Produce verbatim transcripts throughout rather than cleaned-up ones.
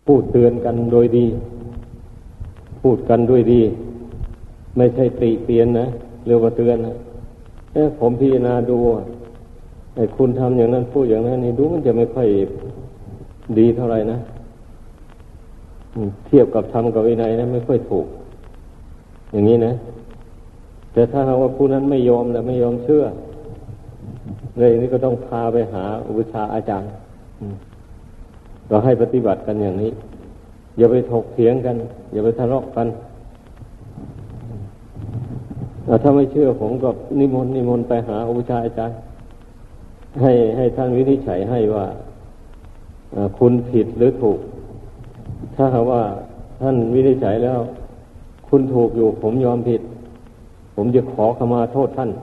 พูดเตือนกันโดยดีพูดกันด้วยดีไม่ใช่ติเตียนนะเรียกว่าเตือนนะเอ๊ะผมพิจารณาดูไอ้คุณทำอย่างนั้นพูดอย่างนั้นนี่ดูมันจะไม่ค่อยดีเท่าไหร่นะเทียบกับธรรมกับวินัยนะไม่ค่อยถูกอย่างนี้นะแต่ถ้าเราว่าผู้นั้นไม่ยอมแล้วไม่ยอมเชื่อเลยนี่ก็ต้องพาไปหาอุปชฌาย์อาจารย์เราให้ปฏิบัติกันอย่างนี้อย่าไปถกเถียงกันอย่าไปทะเลาะกันถ้าไม่เชื่อผมก็นิมนต์นิมนต์ไปหาอุปชฌาย์อาจารย์ให้ให้ท่านวินิจฉัยให้ว่าคุณผิดหรือถูกถ้าหากว่าท่านวินิจฉัยแล้วคุณถูกอยู่ผมยอมผิดผมจะขอขมาโทษท่าน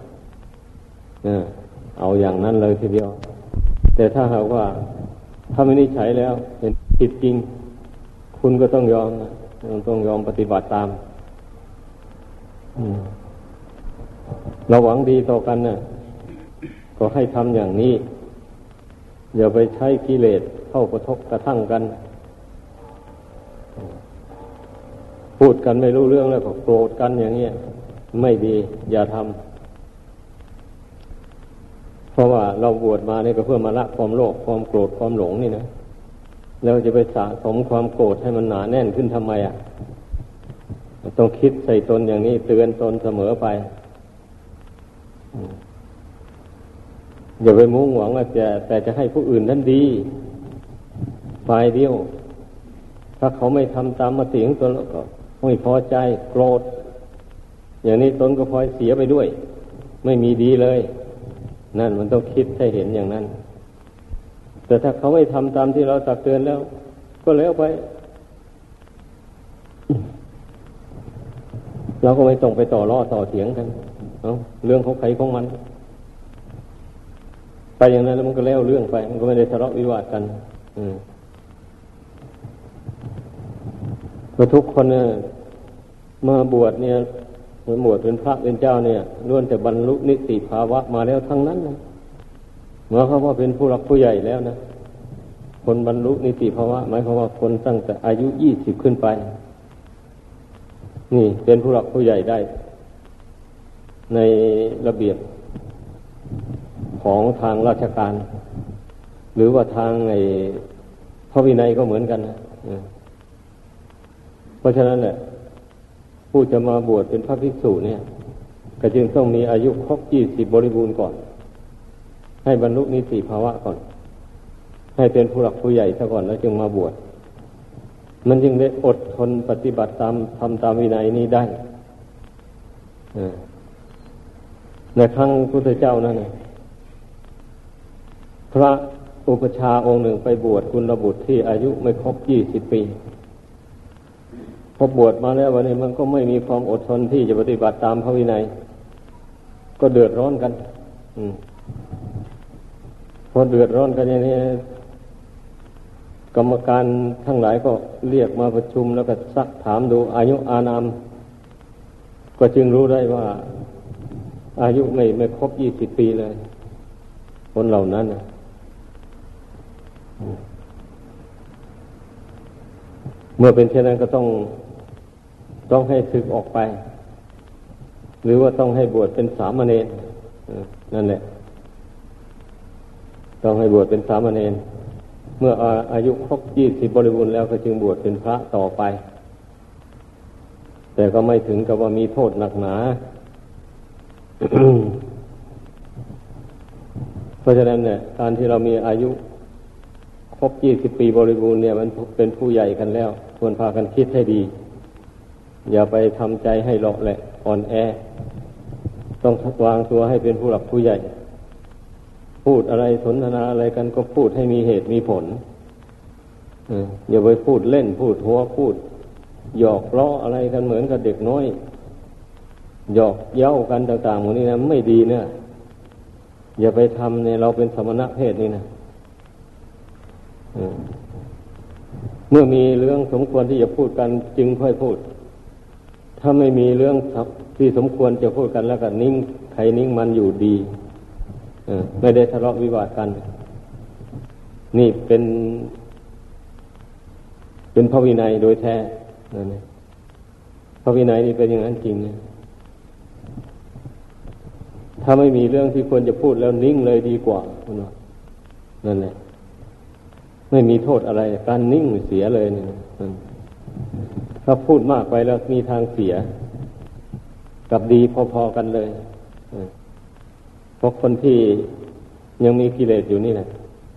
เอาอย่างนั้นเลยทีเดียวแต่ถ้าหากว่าถ้าวินิจฉัยแล้วเห็นผิดจริงคุณก็ต้องยอมต้องยอมปฏิบัติตามเราหวังดีต่อกันน่ะก็ให้ทำอย่างนี้อย่าไปใช้กิเลสเข้ากระทบกระทั่งกันพูดกันไม่รู้เรื่องแล้วก็โกรธกันอย่างเงี้ยไม่ดีอย่าทำเพราะว่าเราบวชมาเนี่ยก็เพื่อมาละความโลภความโกรธความหลงนี่นะแล้วจะไปสะสมความโกรธให้มันหนาแน่นขึ้นทำไมอ่ะต้องคิดใส่ตนอย่างนี้เตือนตนเสมอไปอย่าไปมุ่งหวังว่าจะแต่จะให้ผู้อื่นนั้นดีฝ่ายเดียวถ้าเขาไม่ทำตามมติของตนแล้วก็ไม่พอใจโกรธอย่างนี้ตนก็พลอยเสียไปด้วยไม่มีดีเลยนั่นมันต้องคิดให้เห็นอย่างนั้นแต่ถ้าเขาไม่ทำตามที่เราตักเตือนแล้วก็แล้วไปเราก็ไม่ต้องไปต่อล้อต่อเถียงกันเนาะเรื่องของใครของมันไปอย่างนั้นแล้วมันก็แล้วเรื่องไปมันก็ไม่ได้ทะเลาะวิวาทกันอืมเพราะทุกคนเนี่ยมาบวชเนี่ยมาบวชเป็นพระเป็นเจ้าเนี่ยล้วนแต่บรรลุนิติภาวะมาแล้วทั้งนั้นนะหมายความว่าเป็นผู้หลักผู้ใหญ่แล้วนะคนบรรลุนิติภาวะหมายความว่าคนตั้งแต่อายุยี่สิบขึ้นไปนี่เป็นผู้หลักผู้ใหญ่ได้ในระเบียบของทางราชการหรือว่าทางไอ้พระวินัยก็เหมือนกันนะเพราะฉะนั้นแหละผู้จะมาบวชเป็นพระภิกษุเนี่ยก็จึงต้องมีอายุครบยี่สิบบริบูรณ์ก่อนให้บรรลุนิติภาวะก่อนให้เป็นผู้หลักผู้ใหญ่ซะก่อนแล้วจึงมาบวชมันจึงได้อดทนปฏิบัติตามทำตามวินัยนี้ได้ในครั้งพุทธเจ้านั่นพระอุปัชฌาย์องค์หนึ่งไปบวชกุลบุตรที่อายุไม่ครบยี่สิบปีพอบวชมาแล้ววันนี้มันก็ไม่มีความอดทนที่จะปฏิบัติตามพระวินัยก็เดือดร้อนกันอพอเดือดร้อนกันอย่างนี้กรรมการทั้งหลายก็เรียกมาประชุมแล้วก็ซักถามดูอายุอานามก็จึงรู้ได้ว่าอายุไม่ไม่ครบยี่สิบปีเลยคนเหล่านั้นนะเมื่อเป็นเช่นนั้นก็ต้องต้องให้สึกออกไปหรือว่าต้องให้บวชเป็นสามเณรนั่นแหละต้องให้บวชเป็นสามเณรเมื่ออายุครบยี่สิบบริบูรณ์แล้วก็จึงบวชเป็นพระต่อไปแต่ก็ไม่ถึงกับว่ามีโทษหนักหนา เพราะฉะนั้นเนี่ยการที่เรามีอายุครบยี่สิบปีบริบูรณ์เนี่ยมันเป็นผู้ใหญ่กันแล้วควรพากันคิดให้ดีอย่าไปทำใจให้เลาะแหละอ่อนแอต้องวางตัวให้เป็นผู้หลักผู้ใหญ่พูดอะไรสนทนาอะไรกันก็พูดให้มีเหตุมีผลอย่าไปพูดเล่นพูดหัวพูดหยอกล้ออะไรกันเหมือนกับเด็กน้อยหยอกเย้ากันต่างๆพวกนี้นะไม่ดีเนี่ยอย่าไปทำเนี่ยเราเป็นสมณะเพศนี่นะเมื่อมีเรื่องสมควรที่จะพูดกันจึงค่อยพูดถ้าไม่มีเรื่องที่สมควรจะพูดกันแล้วก็นิ่งใครนิ่งมันอยู่ดีไม่ได้ทะเลาะวิวาทกันนี่เป็นเป็นพระวินัยโดยแท้นั่นเองพระวินัยนี่เป็นอย่างนั้นจริงเนี่ยถ้าไม่มีเรื่องที่ควรจะพูดแล้วนิ่งเลยดีกว่านั่นแหละไม่มีโทษอะไรการนิ่งเสียเลยเนี่ยถ้าพูดมากไปแล้วมีทางเสียกับดีพอๆกันเลยเพราะคนที่ยังมีกิเลสอยู่นี่แหละ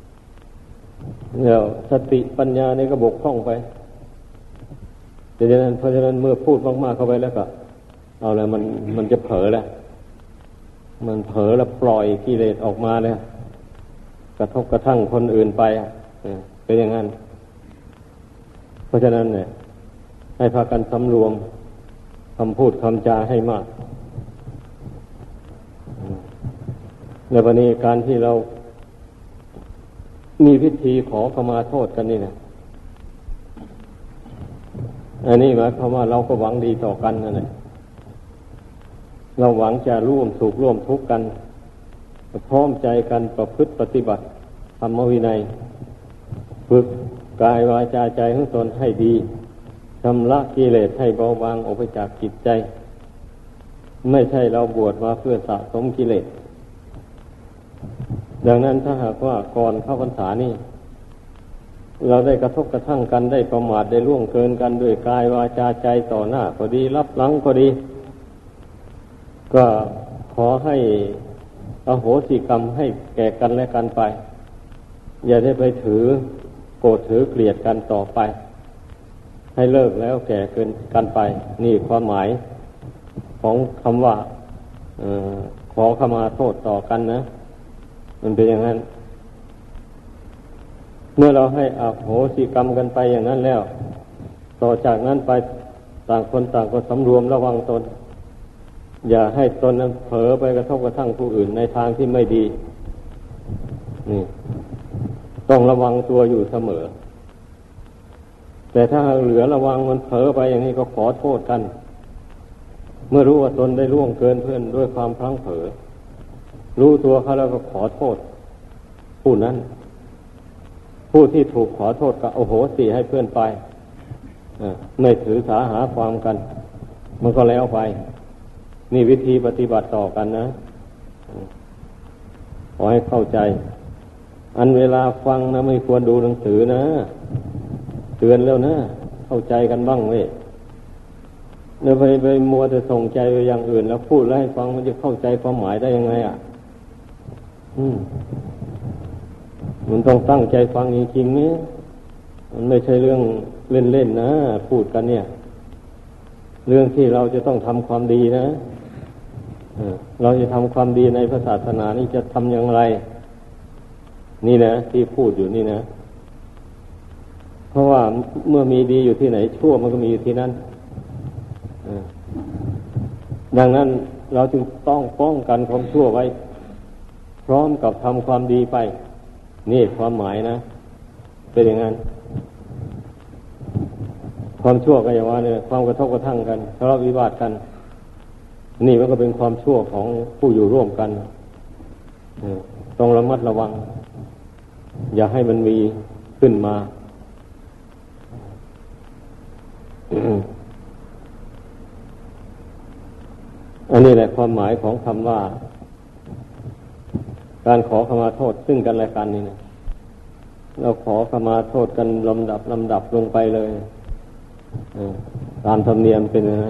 แล้วสติปัญญาเนี่ยก็บกพร่องไปดังนั้นเพราะฉะนั้นเมื่อพูดมากๆเข้าไปแล้วก็เอาแล้วมันมันจะเผลอแล้วมันเผลอแล้วปล่อยกิเลสออกมาเลยกระทบกระทั่งคนอื่นไปเป็นอย่างนั้นเพราะฉะนั้นเนี่ยให้พากันสำรวมคำพูดคำจาให้มากในวันนี้การที่เรามีพิธีขอขมาโทษกันนี่นะอันนี้หมายความว่าเราก็หวังดีต่อกันนั่นแหละเราหวังจะร่วมสุขร่วมทุกข์กันพร้อมใจกันประพฤติปฏิบัติธรรมวินัยฝึกกายวาจาใจของตนให้ดีชำระกิเลสให้เบาบางออกไปจากจิตใจไม่ใช่เราบวชมาเพื่อสะสมกิเลสดังนั้นถ้าหากว่าก่อนเข้าพรรษานี่เราได้กระทบกระทั่งกันได้ประมาทได้ล่วงเกินกันด้วยกายวาจาใจต่อหน้าก็ดีรับหลังก็ดีก็ขอให้อโหสิกรรมให้แก่กันและกันไปอย่าได้ไปถือโกรธถือเกลียดกันต่อไปให้เลิกแล้วแก่เกินกันไปนี่ความหมายของคำว่าเอ่อขอขมาโทษต่อกันนะมันเป็นอย่างนั้นเมื่อเราให้อโหสิกรรมกันไปอย่างนั้นแล้วต่อจากนั้นไปต่างคนต่างก็สำรวมระวังตนอย่าให้ตนนั้นเผลอไปกระทบกระทั่งผู้อื่นในทางที่ไม่ดีนี่ต้องระวังตัวอยู่เสมอแต่ถ้าเหลือระวังมันเผลอไปอย่างนี้ก็ขอโทษกันเมื่อรู้ว่าตนได้ล่วงเกินเพื่อนด้วยความพลั้งเผลอรู้ตัวเขาแล้วก็ขอโทษผู้นั้นผู้ที่ถูกขอโทษก็โอโหสิให้เพื่อนไปไม่ถือสาหาความกันมันก็แล้วไปนี่วิธีปฏิบัติต่อกันนะขอให้เข้าใจอันเวลาฟังนะไม่ควรดูหนังสือนะเตือนแล้วนะเข้าใจกันบ้างเว้ยเนี่ยไปไปมัวแต่ส่งใจไปอย่างอื่นแล้วพูดแล้วให้ฟังมันจะเข้าใจความหมายได้ยังไงอ่ะอืมมันต้องตั้งใจฟังจริงๆนี่มันไม่ใช่เรื่องเล่นๆนะพูดกันเนี่ยเรื่องที่เราจะต้องทำความดีนะเราจะทำความดีในพระศาสนานี่จะทำอย่างไรนี่นะที่พูดอยู่นี่นะเพราะว่าเมื่อมีดีอยู่ที่ไหนชั่วมันก็มีอยู่ที่นั่นดังนั้นเราจึงต้องป้องกันความชั่วไว้พร้อมกับทำความดีไปนี่ความหมายนะเป็นอย่างนั้นความชั่วก็อย่างว่าเนี่ยความกระทบกระทั่งกันทะเลาะวิวาทกันนี่มันก็เป็นความชั่วของผู้อยู่ร่วมกันต้องระมัดระวังอย่าให้มันมีขึ้นมาอันนี้แหละความหมายของคำว่าการขอขมาโทษซึ่งกันและกันนี่นะเราขอขมาโทษกันลำดับลำดับลงไปเลยตามธรรมเนียมเป็นอย่างนั้น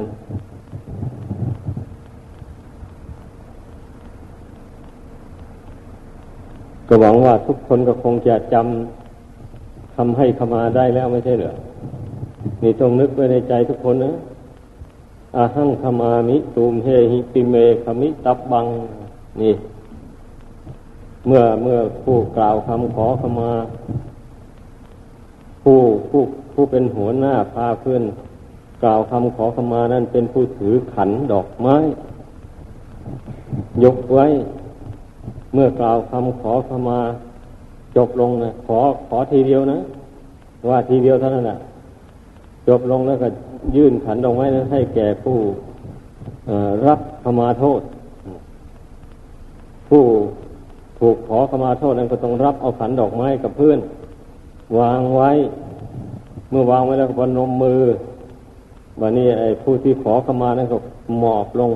ก็หวังว่าทุกคนก็คงจะจำทำให้ขมาได้แล้วไม่ใช่เหรอนี่ต้องนึกไว้ในใจทุกคนนะอาหังขมามิตูมเฮหิปิเมขมิตับบังนี่เมื่อเมื่อผู้กล่าวคำขอขมาผู้ผู้ผู้เป็นหัวหน้าพาเพื่อนกล่าวคำขอขมานั้นเป็นผู้ถือขันดอกไม้ยกไว้เมื่อกล่าวคำขอขมาจบลงนะขอขอทีเดียวนะว่าทีเดียวเท่านั้นนะจบลงแล้วก็ยื่นขันดอกไม้นั้นให้แก่ผู้รับขมาโทษผู้ถูกขอขมาโทษนั้นก็ต้องรับเอาขันดอกไม้กับเพื่อนวางไว้เมื่อวางไว้แล้วก็พนมมือวันนี้ไอ้ผู้ที่ขอขมานั้นก็หมอบลง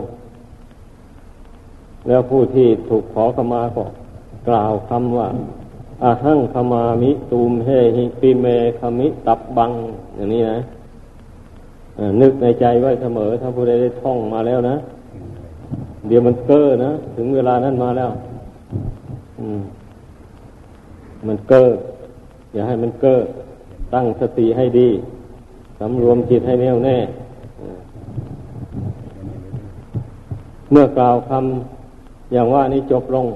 แล้วผู้ที่ถูกขอขมาก็กล่าวคำว่าอาหังขมามิตูมเฮหิปิเมขมิตับบังอย่างนี้นะนึกในใจไว้เสมอถ้าผู้ใดได้ท่องมาแล้วนะเดี๋ยวมันเก้อนะถึงเวลานั้นมาแล้วอืมมันเก้ออย่าให้มันเก้อตั้งสติให้ดีสำรวมจิตให้แน่วแน่เมื่อกล่าวคำอย่างว่านี้จบลง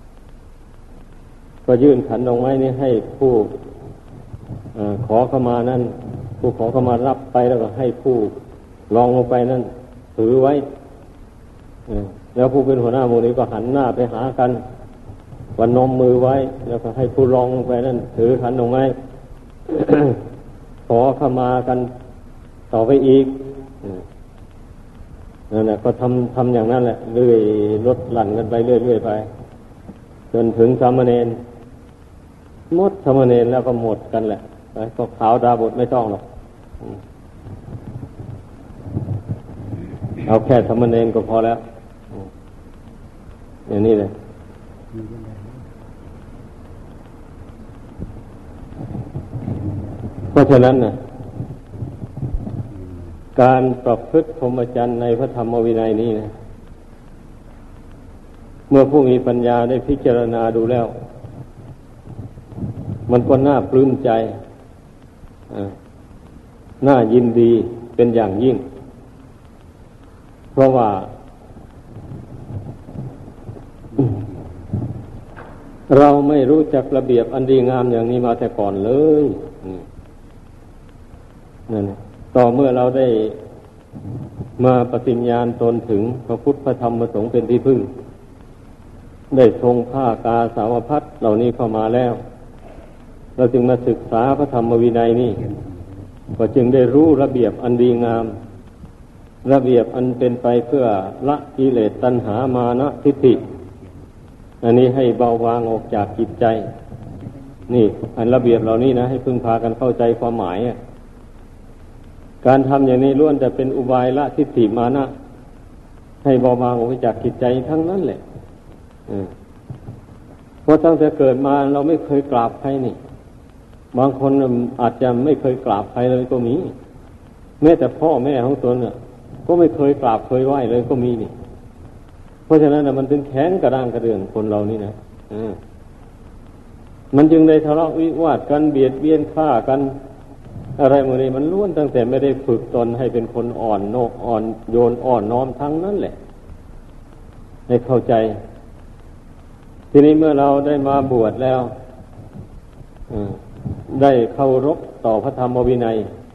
ก็ยื่นขันดอกไม้นี้ให้ผู้ขอเข้ามานั้นผู้ขอเข้ามารับไปแล้วก็ให้ผู้ลองลงไปนั้นถือไว้แล้วผู้เป็นหัวหน้าหมู่นี้ก็หันหน้าไปหากันวันนมมือไว้แล้วก็ให้ผู้ลองลงไปนั้นถือขันดอกไม้ ขอเข้ามากันต่อไปอีกนั่นแหละก็ทำทำอย่างนั้นแหละเรื่อยลดหลั่นกันไปเรื่อยๆไปจนถึงสามเณรหมดสามเณรแล้วก็หมดกันแหละก็ขาวดาบทไม่ต้องหรอกเอาแค่สามเณรก็พอแล้วอย่างนี้เลยเพราะฉะนั้นนะการประพฤติพรหมจรรย์ในพระธรรมวินัยนี้นะเมื่อผู้มีปัญญาได้พิจารณาดูแล้วมันก็น่าปลื้มใจน่ายินดีเป็นอย่างยิ่งเพราะว่าเราไม่รู้จักระเบียบอันดีงามอย่างนี้มาแต่ก่อนเลยนั่นต่อเมื่อเราได้มาปฏิญญาณตนถึงพระพุทธพระธรรมพระสงฆ์เป็นที่พึ่งได้ทรงผ้ากาสาวพัสเหล่านี้เข้ามาแล้วเราจึงมาศึกษาพระธรรมวินัยนี่ก็จึงได้รู้ระเบียบอันดีงามระเบียบอันเป็นไปเพื่อละกิเลสตัณหามานะทิฏฐิอันนี้ให้เบาบางออกจากจิตใจนี่อันระเบียบเหล่านี้นะให้พึงพากันเข้าใจความหมายการทำอย่างนี้ล้วนแต่เป็นอุบายละทิฏฐิมานะให้เบาบางออกจากจิตใจทั้งนั้นแหละเพราะตั้งแต่เกิดมาเราไม่เคยกราบใครนี่บางคนอาจจะไม่เคยกราบใครเลยก็มีแม้แต่พ่อแม่ของตนน่ะก็ไม่เคยกราบเคยไหว้เลยก็มีนี่เพราะฉะนั้นน่ะมันถึงแข็งกระด้างกระเดื่องคนเรานี่นะมันจึงได้ทะเลาะวิวาทกันเบียดเบียนฆ่ากันอะไรหมดนี้มันล้วนตั้งแต่ไม่ได้ฝึกตนให้เป็นคนอ่อนโนกอ่อนโยนอ่อนน้อมทั้งนั้นแหละให้เข้าใจทีนี้เมื่อเราได้มาบวชแล้วได้เคารพต่อพระธรรมวินัย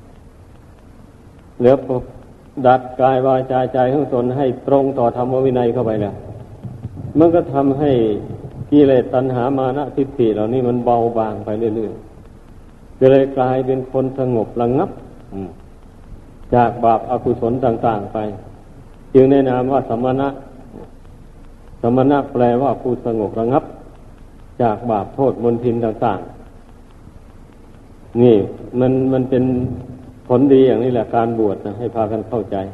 เหลือดัดกายวาจาใจของตนให้ตรงต่อธรรมวินัยเข้าไปแล้วมันก็ทำให้กิเลสตัณหามานะทิฏฐิเหล่านี้มันเบาบางไปเรื่อยๆก็เลยกลายเป็นคนสงบระงับจากบาปอกุศลต่างๆไปจึงได้นามว่าสมณะสมณะแปลว่าผู้สงบระงับจากบาปโทษมลทินต่างๆนี่มันมันเป็นผลดีอย่างนี้แหละการบวชนะให้พากันเข้าใจ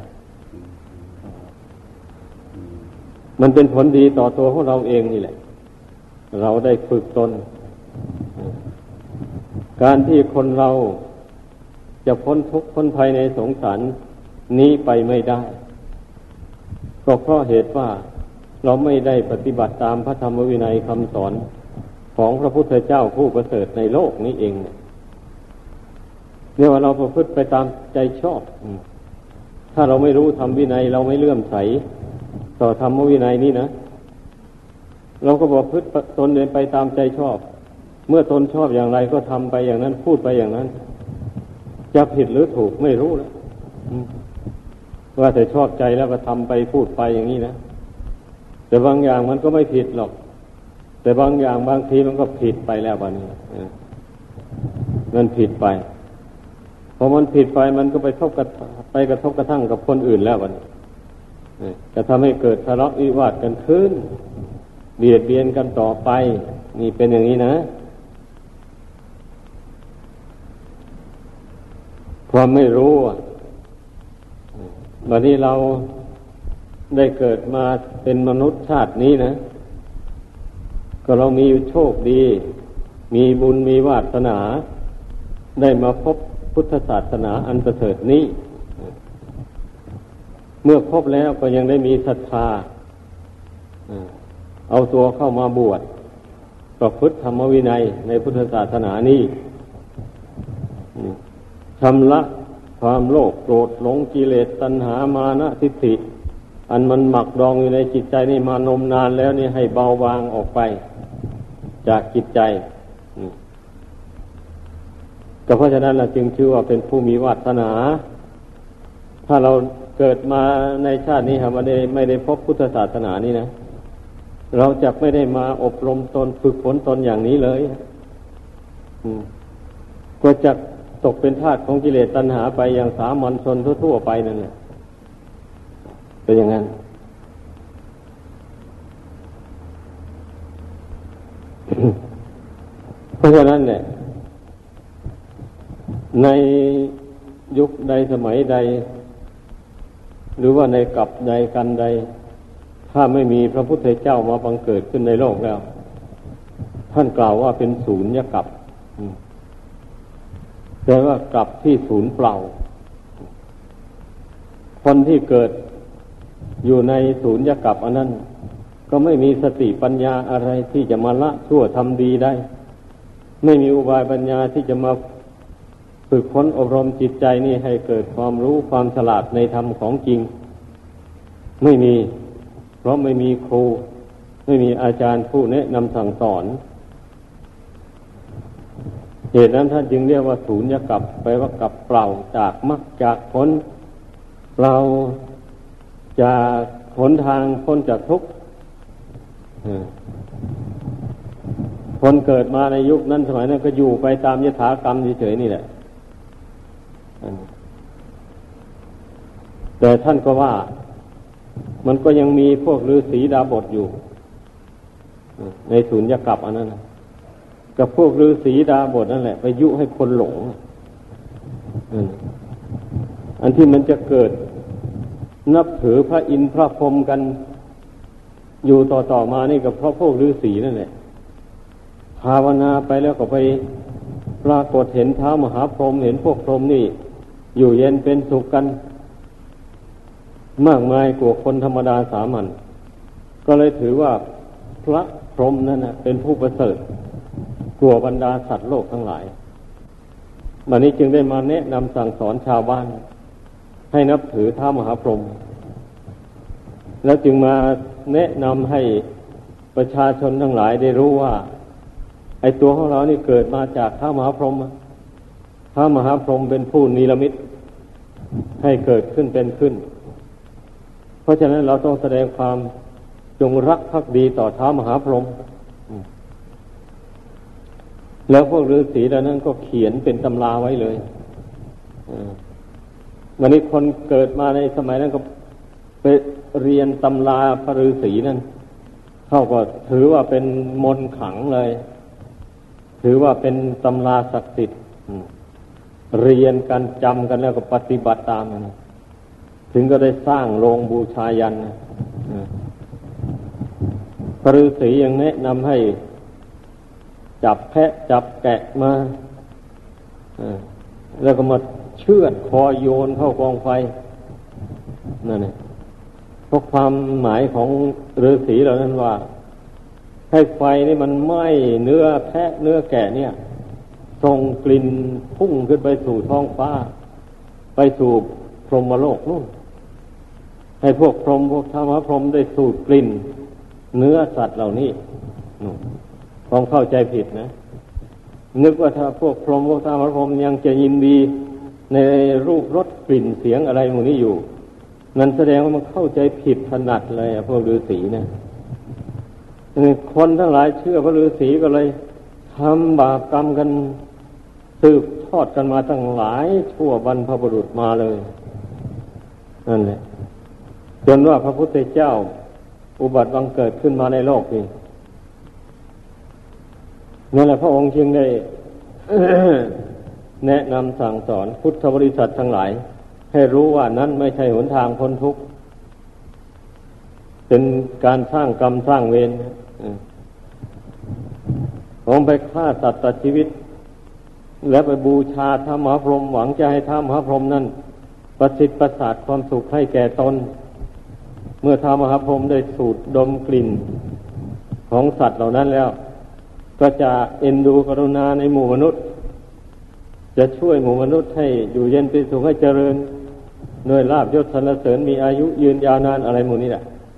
มันเป็นผลดีต่อตัวของเราเองนี่แหละเราได้ฝึกตนการที่คนเราจะพ้นทุกข์พ้นภัยในสงสารนี้ไปไม่ได้ก็เพราะเหตุว่าเราไม่ได้ปฏิบัติตามพระธรรมวินัยคำสอนของพระพุทธเจ้าผู้ประเสริฐในโลกนี้เองเนี่ยว่าเราประพฤติไปตามใจชอบถ้าเราไม่รู้ธรรมวินัยเราไม่เลื่อมใสต่อธรรมวินัยนี้นะเราก็ประพฤติตนเดินไปตามใจชอบเมื่อตนชอบอย่างไรก็ทำไปอย่างนั้นพูดไปอย่างนั้นจะผิดหรือถูกไม่รู้แล้วว่าแต่ชอบใจแล้วก็ทำไปพูดไปอย่างนี้นะแต่บางอย่างมันก็ไม่ผิดหรอกแต่บางอย่างบางทีมันก็ผิดไปแล้วบัดนี้มันผิดไปพอมันผิดไปมันก็ไปทบกับไปกระทบกระทั่งกับคนอื่นแล้วบัดนี้จะทำให้เกิดทะเลาะวิวาทกันขึ้นเบียดเบียนกันต่อไปนี่เป็นอย่างนี้นะความไม่รู้วันนี้เราได้เกิดมาเป็นมนุษย์ชาตินี้นะก็เรามีโชคดีมีบุญมีวาสนาได้มาพบพุทธศาสนาอันประเสริฐนี้เมื่อพบแล้วก็ยังได้มีศรัทธาเอาตัวเข้ามาบวชประพฤติธรรมวินัยในพุทธศาสนานี้ชำระความโลภโกรธหลงกิเลสตัณหามานะทิฏฐิอันมันหมักดองอยู่ในจิตใจนี่มานมนานแล้วนี่ให้เบาบางออกไปจากจิตใจก็เพราะฉะนั้นเราจึงชื่อว่าเป็นผู้มีวาสนาถ้าเราเกิดมาในชาตินี้ครับไม่ได้ไม่ได้พบพุทธศาสนานี่นะเราจะไม่ได้มาอบรมตนฝึกฝนตนอย่างนี้เลยก็จะตกเป็นทาสของกิเลสตัณหาไปอย่างสามัญชนทั่วๆไปนั่นแหละเป็นอย่างนั้น เพราะฉะนั้นเนี่ยในยุคใดสมัยใดหรือว่าในกัปใดกันใดถ้าไม่มีพระพุทธเจ้ามาบังเกิดขึ้นในโลกแล้วท่านกล่าวว่าเป็นศูนย์กัปแปลว่ากลับที่ศูนย์เปล่าคนที่เกิดอยู่ในศูนย์กัปอันนั้นก็ไม่มีสติปัญญาอะไรที่จะมาละชั่วทำดีได้ไม่มีอุบายปัญญาที่จะมาฝึกฝนอบรมจิตใจนี่ให้เกิดความรู้ความฉลาดในธรรมของจริงไม่มีเพราะไม่มีครูไม่มีอาจารย์ผู้แนะนำสั่งสอนเหตุนั้นท่านจึงเรียกว่าศูนย์กัปแปลว่ากัปเปล่าจากมรรคจากผลเราจะหนทางพ้นจากทุกข์คนเกิดมาในยุคนั้นสมัยนั้นก็อยู่ไปตามยถากรรมเฉยๆนี่แหละแต่ท่านก็ว่ามันก็ยังมีพวกฤาษีดาบทอยู่ในศูนย์กัปอันนั้นนะกับพวกฤาษีดาบทนั่นแหละไปยุให้คนหลงอันที่มันจะเกิดนับถือพระอินทร์พระพรหมกันอยู่ต่อๆมานี่กับเพราะพวกฤาษีนั่นแหละภาวนาไปแล้วก็ไปปรากฏเห็นท้าวมหาพรหมเห็นพวกพรหมนี่อยู่เย็นเป็นสุขกันมากมายกว่าคนธรรมดาสามัญก็เลยถือว่าพระพรหมนั่นนะเป็นผู้ประเสริฐกว่าบรรดาสัตว์โลกทั้งหลายบัดนี้จึงได้มาแนะนำสั่งสอนชาวบ้านให้นับถือท้าวมหาพรหมแล้วจึงมาแนะนำให้ประชาชนทั้งหลายได้รู้ว่าไอ้ตัวของเรานี่เกิดมาจากท้าวมหาพรหมท้าวมหาพรหมเป็นผู้นิรมิตให้เกิดขึ้นเป็นขึ้นเพราะฉะนั้นเราต้องแสดงความจงรักภักดีต่อท้าวมหาพรหมแล้วพวกฤาษีเหล่านั้นก็เขียนเป็นตำราไว้เลยวันนี้คนเกิดมาในสมัยนั้นก็ไปเรียนตำราพระฤาษีนั่นเขาก็ถือว่าเป็นมนต์ขลังเลยถือว่าเป็นตำราศักดิ์สิทธิ์เรียนกันจำกันแล้วก็ปฏิบัติตามนะถึงก็ได้สร้างโรงบูชายันนะพระฤาษียังแนะนำให้จับแพะจับแกะมาแล้วก็มาเชือดคอโยนเข้ากองไฟนั่นเองเพราะความหมายของฤาษีเหล่านั้นว่าให้ไฟนี่มันไหม้เนื้อแพะเนื้อแกะเนี่ยส่งกลิ่นพุ่งขึ้นไปสู่ท้องฟ้าไปสู่พรหมโลกนู่นให้พวกพรหมพวกธรรมพรหมได้สูดกลิ่นเนื้อสัตว์เหล่านี้ความเข้าใจผิดนะนึกว่าถ้าพวกพรหมพวกธรรมพรหมยังจะยินดีในรูปรสกลิ่นเสียงอะไรหมู่นี้อยู่นั่นแสดงว่ามันเข้าใจผิดถนัดเลยพวกฤาษีนะคนทั้งหลายเชื่อพระฤาษีก็เลยทำบาปกรรมกันสืบทอดกันมาตั้งหลายชั่วบรรพบุรุษมาเลยนั่นแหละจนว่าพระพุทธเจ้าอุบัติบังเกิดขึ้นมาในโลกนี้นั่นแหละพระองค์จึงได้แนะนำสั่งสอนพุทธบริษัททั้งหลายให้รู้ว่านั้นไม่ใช่หนทางพ้นทุกข์เป็นการสร้างกรรมสร้างเวรผมไปฆ่าสัตว์ตัดชีวิตแล้วไปบูชาท้ามหาพรหมหวังจะให้ท้ามหาพรหมนั้นประสิทธิ์ประสาทความสุขให้แก่ตนเมื่อท้ามหาพรหมได้สูดดมกลิ่นของสัตว์เหล่านั้นแล้วก็จะเอ็นดูกรุณาในหมู่มนุษย์จะช่วยหมู่มนุษย์ให้อยู่เย็นเป็นสุขให้เจริญด้วยลาภยศสรรเสริญมีอายุยืนยาวนานอะไรหมู่นี้แหละ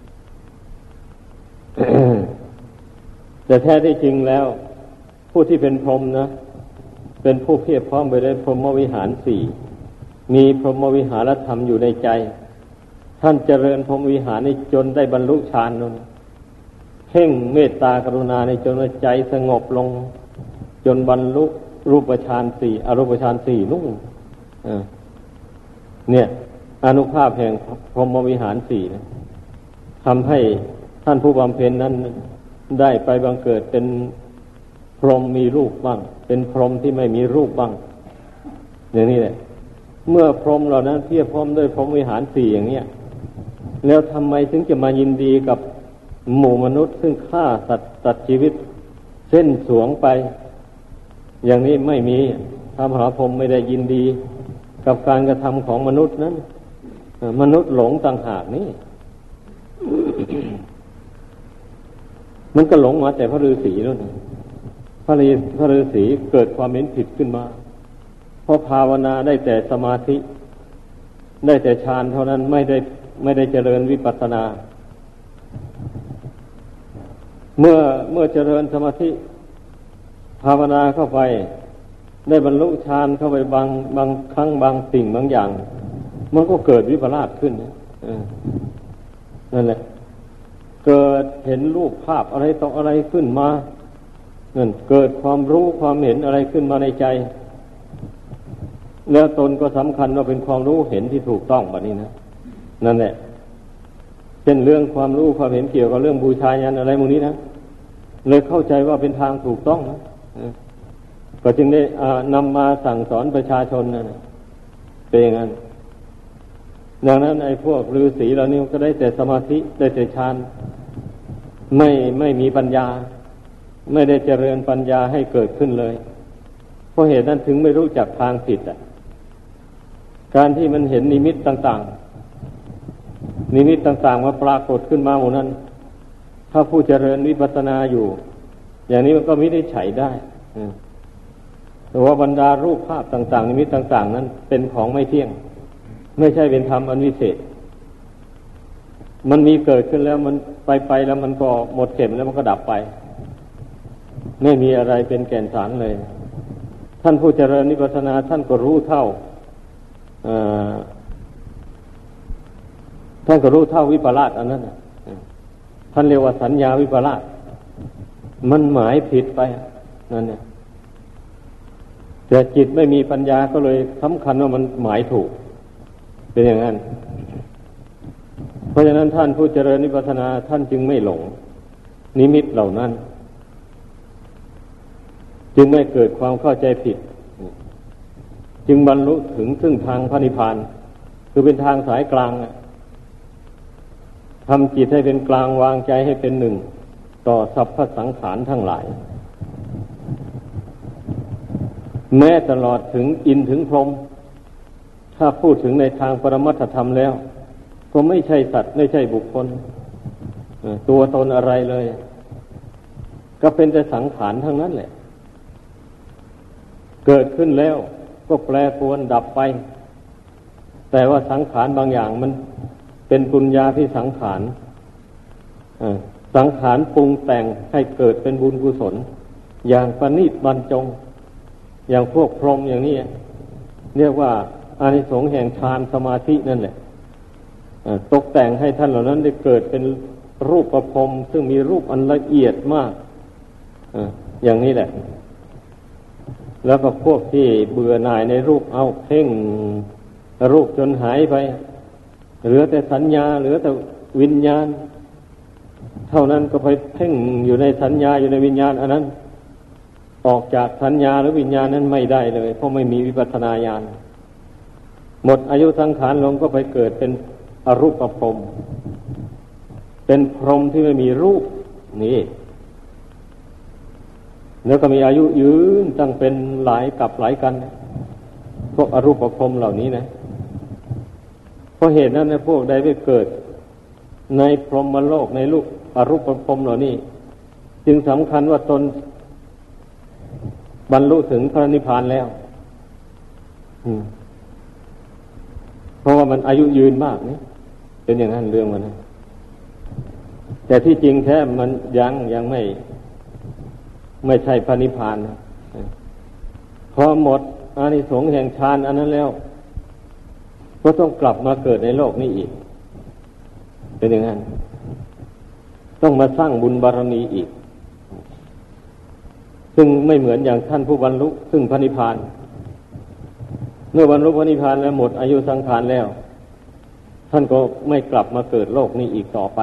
แต่แท้ที่จริงแล้วผู้ที่เป็นพรหมนะเป็นผู้เพียรพร้อมไปด้วยพรหมวิหารสี่มีพรหมวิหารธรรมอยู่ในใจท่านเจริญพรหมวิหารนี้จนได้บรรลุฌานนั้นเพ่งเมตตากรุณาในจนใจสงบลงจนบรรลุรูปฌานสี่อรูปฌานสี่นู่นเนี่ยอานุภาพแห่งพรหมวิหารสี่นะทำให้ท่านผู้บำเพ็ญนั้นได้ไปบังเกิดเป็นพรหมมีรูปบ้างเป็นพรหมที่ไม่มีรูปบ้างอย่างนี้แหละเมื่อพรหมเหล่านั้นเพียรพร้อมด้วยพรหมวิหารสี่อย่างเนี้ยแล้วทำไมถึงจะมายินดีกับหมู่มนุษย์ซึ่งฆ่าสัตว์ตัดชีวิตเส้นสวงไปอย่างนี้ไม่มีท้ามหาพรหมไม่ได้ยินดีกับการกระทำของมนุษย์นั้นมนุษย์หลงต่างหากนี่ มันก็หลงมาแต่พระฤาษีแล้วนะพระฤาพระฤาษีเกิดความเห็นผิดขึ้นมาเพราะภาวนาได้แต่สมาธิได้แต่ฌานเท่านั้นไม่ได้ไม่ได้เจริญวิปัสสนาเมื่อเมื่อเจริญสมาธิภาวนาเข้าไปได้บรรลุฌานเข้าไปบางบางครั้งบางสิ่งบางอย่างมันก็เกิดวิปลาสขึ้นนั่นแหละเกิดเห็นรูปภาพอะไรต่ออะไรขึ้นมานั่นเกิดความรู้ความเห็นอะไรขึ้นมาในใจแล้วตนก็สำคัญว่าเป็นความรู้เห็นที่ถูกต้องแบบนี้นะนั่นแหละเช่นเรื่องความรู้ความเห็นเกี่ยวกับเรื่องบูชายันอะไรพวกนี้นะเลยเข้าใจว่าเป็นทางถูกต้องนะก็จึงได้นำมาสั่งสอนประชาชนนะเป็นอย่างนั้นดังนั้นไอ้พวกฤาษีเหล่านี้ก็ได้แต่สมาธิได้แต่ฌานไม่ไม่มีปัญญาไม่ได้เจริญปัญญาให้เกิดขึ้นเลยเพราะเหตุนั้นถึงไม่รู้จักทางผิดอ่ะการที่มันเห็นนิมิตต่างๆนิมิตต่างๆมาปรากฏขึ้นมาหมดนั้นถ้าผู้เจริญวิปัสสนาอยู่อย่างนี้มันก็ไม่ได้ใช้ได้แต่ว่าบรรดารูปภาพต่างๆนิมิตต่างๆนั้นเป็นของไม่เที่ยงไม่ใช่เป็นธรรมอันวิเศษมันมีเกิดขึ้นแล้วมันไปไปแล้วมันก็หมดเข็มแล้วมันก็ดับไปไม่มีอะไรเป็นแก่นสารเลยท่านผู้เจริญวิปัสสนาท่านก็รู้เท่าท่านก็รู้เท่าวิปลาสอันนั้นท่านเรียกว่าสัญญาวิปลาสมันหมายผิดไปนั่นเนี่ยแต่จิตไม่มีปัญญาก็เลยสำคัญว่ามันหมายถูกเป็นอย่างนั้นเพราะฉะนั้นท่านผู้เจริญวิปัสสนาท่านจึงไม่หลงนิมิตเหล่านั้นจึงไม่เกิดความเข้าใจผิดจึงบรรลุถึงซึ่งทางพระนิพพานคือเป็นทางสายกลางทำจิตให้เป็นกลางวางใจให้เป็นหนึ่งต่อสรรพสังขารทั้งหลายแม้ตลอดถึงอินถึงพรหมถ้าพูดถึงในทางปรมัตถธรรมแล้วก็ไม่ใช่สัตว์ไม่ใช่บุคคลตัวตนอะไรเลยก็เป็นแต่สังขารทั้งนั้นแหละเกิดขึ้นแล้วก็แปรปรวนดับไปแต่ว่าสังขารบางอย่างมันเป็นปุญญาภิสังขารสังขารปรุงแต่งให้เกิดเป็นบุญกุศลอย่างประณีตบรรจงอย่างพวกพรหมอย่างนี้เรียกว่าอานิสงส์แห่งฌานสมาธินั่นแหละตกแต่งให้ท่านเหล่านั้นได้เกิดเป็นรูปประพรหมซึ่งมีรูปอันละเอียดมากอย่างนี้แหละแล้วก็พวกที่เบื่อหน่ายในรูปเอาเพ่งรูปจนหายไปเหลือแต่สัญญาเหลือแต่วิญญาณเท่านั้นก็ไปเพ่งอยู่ในสัญญาอยู่ในวิญญาณอันนั้นออกจากสัญญาหรือวิญญาณนั้นไม่ได้เลยเพราะไม่มีวิปัสสนาญาณหมดอายุสังขารลงก็ไปเกิดเป็นอรูปพรหมเป็นพรหมที่ไม่มีรูปนี่แล้วก็มีอายุยืนตั้งเป็นหลายกับหลายกันพวกอรูปพรหมเหล่านี้นะเพราะเหตุนั้นนะพวกใดไปเกิดในพรหมโลกในลูกอรูปพรหมเหล่านี้จึงสำคัญว่าตนบรรลุถึงพระนิพพานแล้วเพราะว่ามันอายุยืนมากนี่เป็นอย่างนั้นเรื่องมันนะแต่ที่จริงแท้มันยังยังไม่ไม่ใช่พระนิพพานนะพอหมดอานิสงส์แห่งฌานอันนั้นแล้วก็ต้องกลับมาเกิดในโลกนี้อีกเป็นอย่างนั้นต้องมาสร้างบุญบารมีอีกซึ่งไม่เหมือนอย่างท่านผู้บรรลุซึ่งพระนิพพานเมื่อบรรลุพระนิพพานแล้วหมดอายุสังขารแล้วท่านก็ไม่กลับมาเกิดโลกนี้อีกต่อไป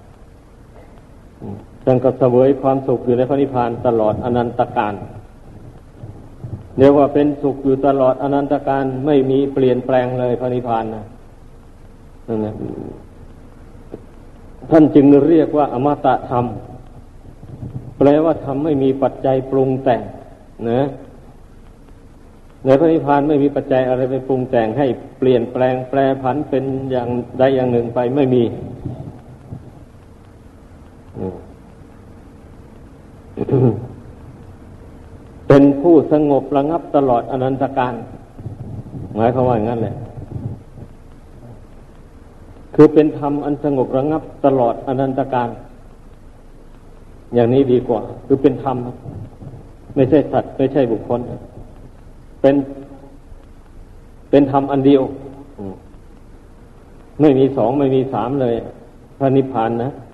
ท่านก็เสวยความสุขอยู่ในพระนิพพานตลอดอนันตกาลเรียกว่าเป็นสุขอยู่ตลอดอนันตกาลไม่มีเปลี่ยนแปลงเลยพระนิพพานนะนั่นแหละท่านจึงเรียกว่าอมตะธรรมแปลว่าธรรมไม่มีปัจจัยปรุงแต่งนะในพระนิพพานไม่มีปัจจัยอะไรไปปรุงแต่งให้เปลี่ยนแปลงแปรผันเป็นอย่างใดอย่างหนึ่งไปไม่มีเป็นผู้สงบระงับตลอดอนันตกาลหมายความว่าอย่างนั้นแหละคือเป็นธรรมอันสงบระงับตลอดอนันตกาลอย่างนี้ดีกว่าคือเป็นธรรมไม่ใช่สัตว์ไม่ใช่บุคคลเป็นเป็นธรรมอันเดียวไม่มีสองไม่มีสามเลยพระนิพพานนะ